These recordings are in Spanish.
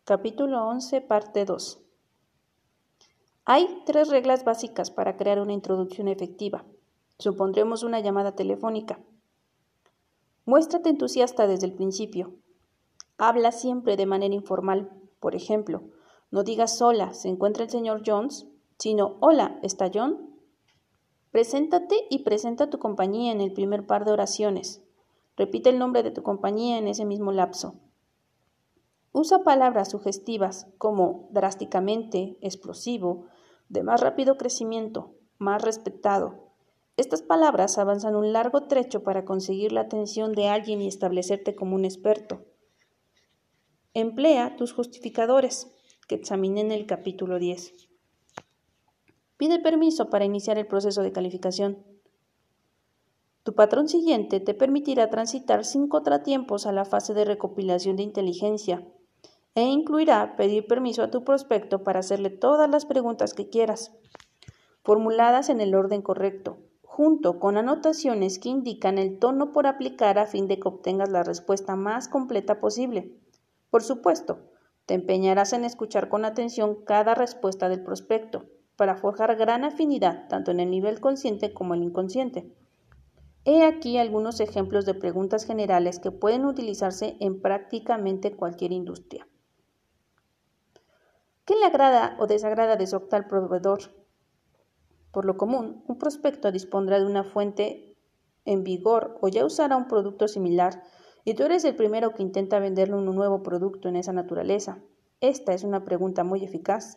Capítulo 11, parte 2. Hay 3 reglas básicas para crear una introducción efectiva. Supondremos una llamada telefónica. Muéstrate entusiasta desde el principio. Habla siempre de manera informal. Por ejemplo, no digas hola, ¿se encuentra el señor Jones?, sino hola, ¿está John? Preséntate y presenta tu compañía en el primer par de oraciones. Repite el nombre de tu compañía en ese mismo lapso. Usa palabras sugestivas como drásticamente, explosivo, de más rápido crecimiento, más respetado. Estas palabras avanzan un largo trecho para conseguir la atención de alguien y establecerte como un experto. Emplea tus justificadores, que examiné en el capítulo 10. Pide permiso para iniciar el proceso de calificación. Tu patrón siguiente te permitirá transitar sin contratiempos a la fase de recopilación de inteligencia e incluirá pedir permiso a tu prospecto para hacerle todas las preguntas que quieras, formuladas en el orden correcto, junto con anotaciones que indican el tono por aplicar a fin de que obtengas la respuesta más completa posible. Por supuesto, te empeñarás en escuchar con atención cada respuesta del prospecto, para forjar gran afinidad tanto en el nivel consciente como el inconsciente. He aquí algunos ejemplos de preguntas generales que pueden utilizarse en prácticamente cualquier industria. ¿Qué le agrada o desagrada de su actual proveedor? Por lo común, un prospecto dispondrá de una fuente en vigor o ya usará un producto similar, y tú eres el primero que intenta venderle un nuevo producto en esa naturaleza. Esta es una pregunta muy eficaz.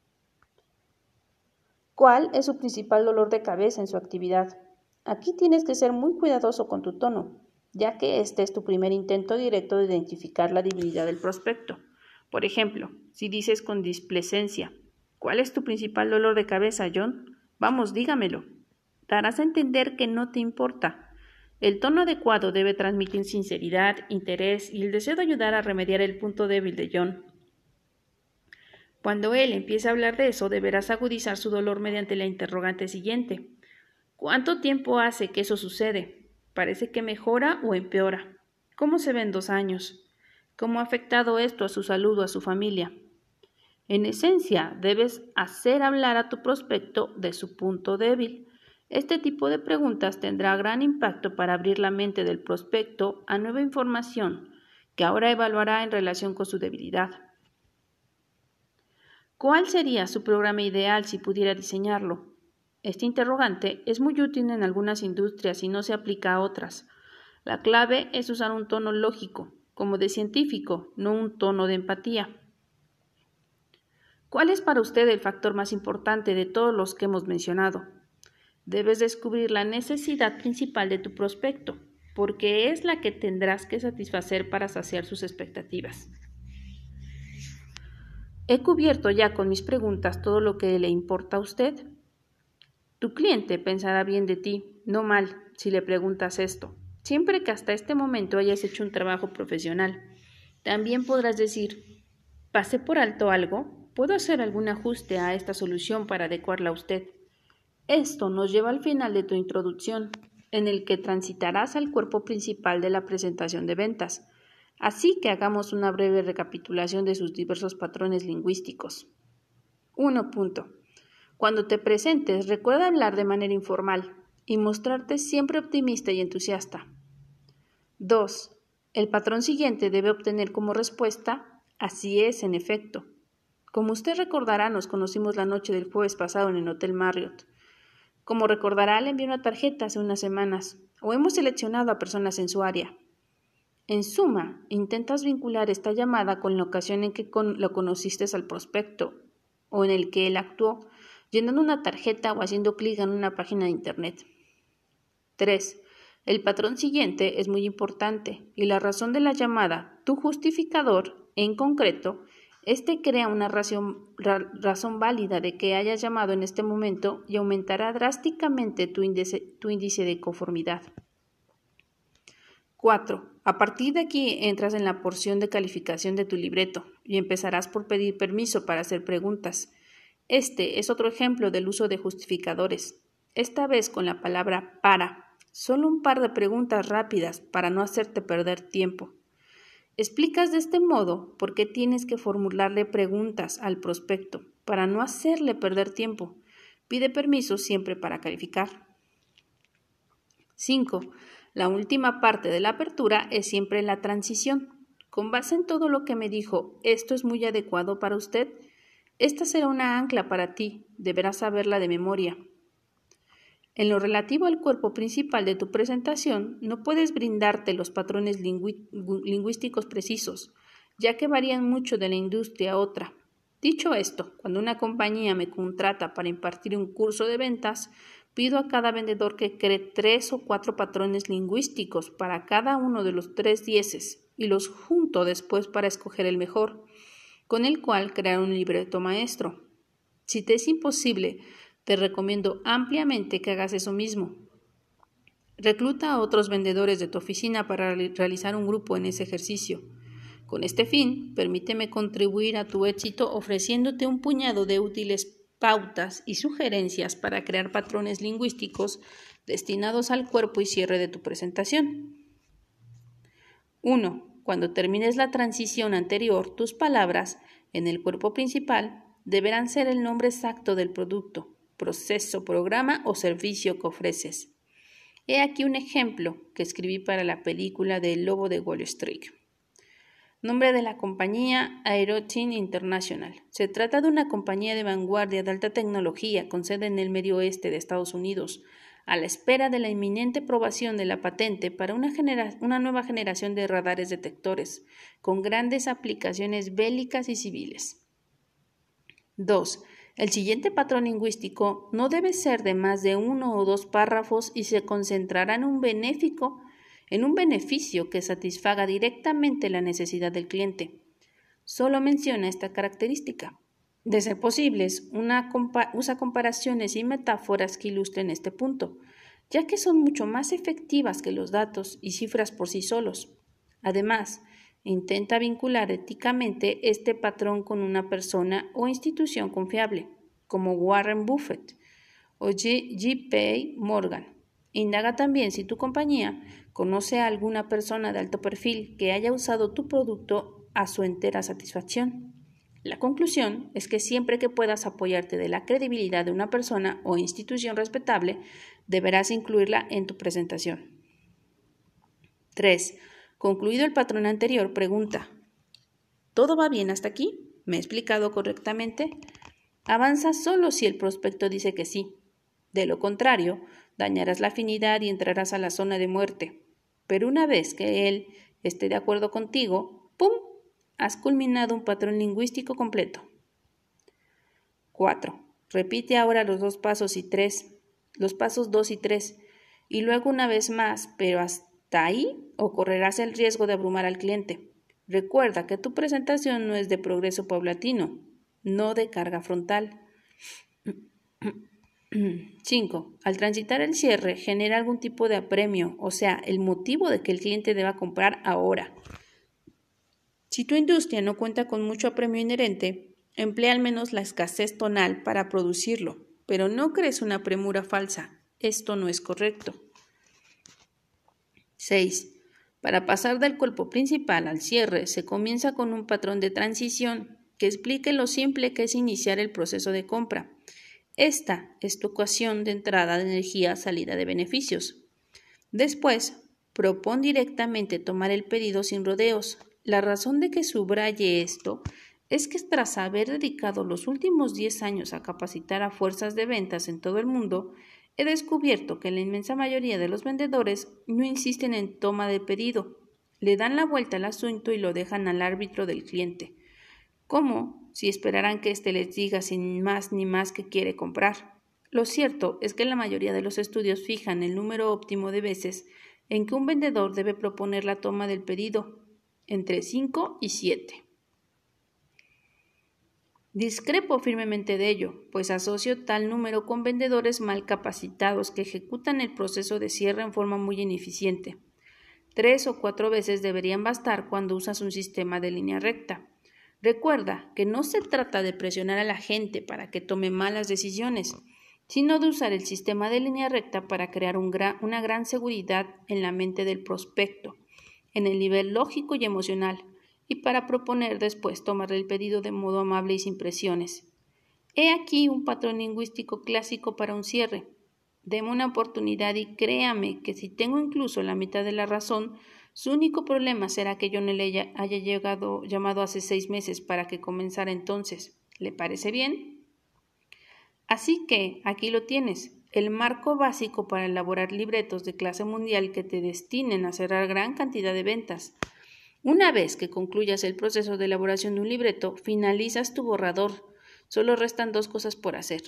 ¿Cuál es su principal dolor de cabeza en su actividad? Aquí tienes que ser muy cuidadoso con tu tono, ya que este es tu primer intento directo de identificar la debilidad del prospecto. Por ejemplo, si dices con displicencia, ¿cuál es tu principal dolor de cabeza, John? Vamos, dígamelo. Darás a entender que no te importa. El tono adecuado debe transmitir sinceridad, interés y el deseo de ayudar a remediar el punto débil de John. Cuando él empiece a hablar de eso, deberás agudizar su dolor mediante la interrogante siguiente. ¿Cuánto tiempo hace que eso sucede? ¿Parece que mejora o empeora? ¿Cómo se ve en 2 años? ¿Cómo ha afectado esto a su salud o a su familia? En esencia, debes hacer hablar a tu prospecto de su punto débil. Este tipo de preguntas tendrá gran impacto para abrir la mente del prospecto a nueva información que ahora evaluará en relación con su debilidad. ¿Cuál sería su programa ideal si pudiera diseñarlo? Este interrogante es muy útil en algunas industrias y no se aplica a otras. La clave es usar un tono lógico, como de científico, no un tono de empatía. ¿Cuál es para usted el factor más importante de todos los que hemos mencionado? Debes descubrir la necesidad principal de tu prospecto, porque es la que tendrás que satisfacer para saciar sus expectativas. ¿He cubierto ya con mis preguntas todo lo que le importa a usted? Tu cliente pensará bien de ti, no mal, si le preguntas esto, siempre que hasta este momento hayas hecho un trabajo profesional. También podrás decir, ¿pasé por alto algo? ¿Puedo hacer algún ajuste a esta solución para adecuarla a usted? Esto nos lleva al final de tu introducción, en el que transitarás al cuerpo principal de la presentación de ventas. Así que hagamos una breve recapitulación de sus diversos patrones lingüísticos. 1. Cuando te presentes, recuerda hablar de manera informal y mostrarte siempre optimista y entusiasta. 2. El patrón siguiente debe obtener como respuesta, así es, en efecto. Como usted recordará, nos conocimos la noche del jueves pasado en el Hotel Marriott. Como recordará, le envié una tarjeta hace unas semanas, o hemos seleccionado a personas en su área. En suma, intentas vincular esta llamada con la ocasión en que lo conociste al prospecto, o en el que él actuó, llenando una tarjeta o haciendo clic en una página de internet. 3. El patrón siguiente es muy importante y la razón de la llamada, tu justificador, en concreto, crea una razón válida de que hayas llamado en este momento y aumentará drásticamente tu índice de conformidad. 4. A partir de aquí entras en la porción de calificación de tu libreto y empezarás por pedir permiso para hacer preguntas. Este es otro ejemplo del uso de justificadores, esta vez con la palabra para. Solo un par de preguntas rápidas para no hacerte perder tiempo. Explicas de este modo por qué tienes que formularle preguntas al prospecto para no hacerle perder tiempo. Pide permiso siempre para calificar. 5. La última parte de la apertura es siempre la transición. Con base en todo lo que me dijo, ¿esto es muy adecuado para usted? Esta será una ancla para ti, deberás saberla de memoria. En lo relativo al cuerpo principal de tu presentación, no puedes brindarte los patrones lingüísticos precisos, ya que varían mucho de la industria a otra. Dicho esto, cuando una compañía me contrata para impartir un curso de ventas, pido a cada vendedor que cree 3 o 4 patrones lingüísticos para cada uno de los 3 dieces y los junto después para escoger el mejor, con el cual crear un libreto maestro. Si te es imposible, te recomiendo ampliamente que hagas eso mismo. Recluta a otros vendedores de tu oficina para realizar un grupo en ese ejercicio. Con este fin, permíteme contribuir a tu éxito ofreciéndote un puñado de útiles pautas y sugerencias para crear patrones lingüísticos destinados al cuerpo y cierre de tu presentación. 1. Cuando termines la transición anterior, tus palabras en el cuerpo principal deberán ser el nombre exacto del producto, proceso, programa o servicio que ofreces. He aquí un ejemplo que escribí para la película de El Lobo de Wall Street. Nombre de la compañía: Aerotin International. Se trata de una compañía de vanguardia de alta tecnología con sede en el medio oeste de Estados Unidos, a la espera de la inminente aprobación de la patente para una nueva generación de radares detectores, con grandes aplicaciones bélicas y civiles. 2. El siguiente patrón lingüístico no debe ser de más de 1 o 2 párrafos y se concentrará en un beneficio que satisfaga directamente la necesidad del cliente. Solo menciona esta característica. De ser posibles, usa comparaciones y metáforas que ilustren este punto, ya que son mucho más efectivas que los datos y cifras por sí solos. Además, intenta vincular éticamente este patrón con una persona o institución confiable, como Warren Buffett o J.P. Morgan. Indaga también si tu compañía conoce a alguna persona de alto perfil que haya usado tu producto a su entera satisfacción. La conclusión es que siempre que puedas apoyarte de la credibilidad de una persona o institución respetable, deberás incluirla en tu presentación. 3. Concluido el patrón anterior, pregunta: ¿todo va bien hasta aquí? ¿Me he explicado correctamente? Avanza solo si el prospecto dice que sí. De lo contrario, dañarás la afinidad y entrarás a la zona de muerte. Pero una vez que él esté de acuerdo contigo, ¡pum!, has culminado un patrón lingüístico completo. 4. Repite ahora los pasos 2 y 3, y luego una vez más, pero hasta ahí o correrás el riesgo de abrumar al cliente. Recuerda que tu presentación no es de progreso paulatino, no de carga frontal. 5. Al transitar el cierre, genera algún tipo de apremio, o sea, el motivo de que el cliente deba comprar ahora. Si tu industria no cuenta con mucho apremio inherente, emplea al menos la escasez tonal para producirlo, pero no crees una premura falsa. Esto no es correcto. 6. Para pasar del cuerpo principal al cierre, se comienza con un patrón de transición que explique lo simple que es iniciar el proceso de compra. Esta es tu ecuación de entrada de energía, salida de beneficios. Después, propón directamente tomar el pedido sin rodeos. La razón de que subraye esto es que tras haber dedicado los últimos 10 años a capacitar a fuerzas de ventas en todo el mundo, he descubierto que la inmensa mayoría de los vendedores no insisten en toma de pedido, le dan la vuelta al asunto y lo dejan al árbitro del cliente. ¿Cómo? Si esperarán que éste les diga sin más ni más que quiere comprar. Lo cierto es que la mayoría de los estudios fijan el número óptimo de veces en que un vendedor debe proponer la toma del pedido, entre 5 y 7. Discrepo firmemente de ello, pues asocio tal número con vendedores mal capacitados que ejecutan el proceso de cierre en forma muy ineficiente. 3 o 4 veces deberían bastar cuando usas un sistema de línea recta. Recuerda que no se trata de presionar a la gente para que tome malas decisiones, sino de usar el sistema de línea recta para crear una gran seguridad en la mente del prospecto, en el nivel lógico y emocional, y para proponer después tomar el pedido de modo amable y sin presiones. He aquí un patrón lingüístico clásico para un cierre. Deme una oportunidad y créame que si tengo incluso la mitad de la razón, su único problema será que yo no le haya llamado hace 6 meses para que comenzara entonces. ¿Le parece bien? Así que aquí lo tienes, el marco básico para elaborar libretos de clase mundial que te destinen a cerrar gran cantidad de ventas. Una vez que concluyas el proceso de elaboración de un libreto, finalizas tu borrador. Solo restan 2 cosas por hacer: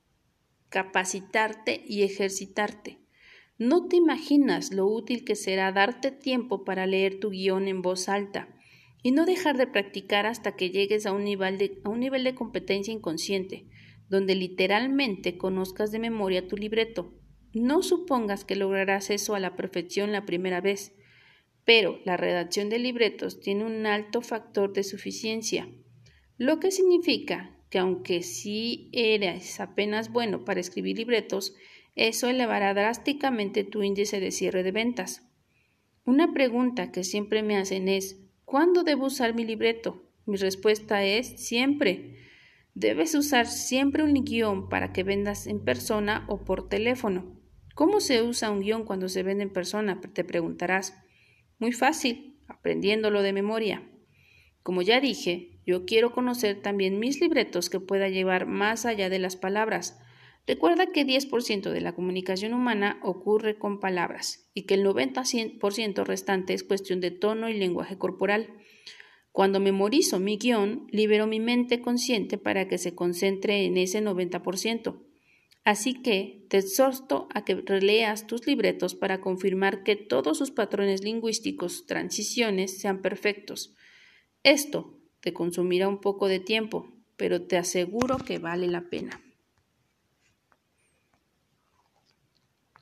capacitarte y ejercitarte. No te imaginas lo útil que será darte tiempo para leer tu guión en voz alta y no dejar de practicar hasta que llegues a un nivel de competencia inconsciente, donde literalmente conozcas de memoria tu libreto. No supongas que lograrás eso a la perfección la primera vez, pero la redacción de libretos tiene un alto factor de suficiencia, lo que significa que aunque sí eres apenas bueno para escribir libretos, eso elevará drásticamente tu índice de cierre de ventas. Una pregunta que siempre me hacen es: ¿cuándo debo usar mi libreto? Mi respuesta es: siempre. Debes usar siempre un guión para que vendas en persona o por teléfono. ¿Cómo se usa un guión cuando se vende en persona?, te preguntarás. Muy fácil, aprendiéndolo de memoria. Como ya dije, yo quiero conocer también mis libretos que pueda llevar más allá de las palabras. Recuerda que 10% de la comunicación humana ocurre con palabras y que el 90% restante es cuestión de tono y lenguaje corporal. Cuando memorizo mi guión, libero mi mente consciente para que se concentre en ese 90%. Así que te exhorto a que releas tus libretos para confirmar que todos sus patrones lingüísticos, transiciones, sean perfectos. Esto te consumirá un poco de tiempo, pero te aseguro que vale la pena.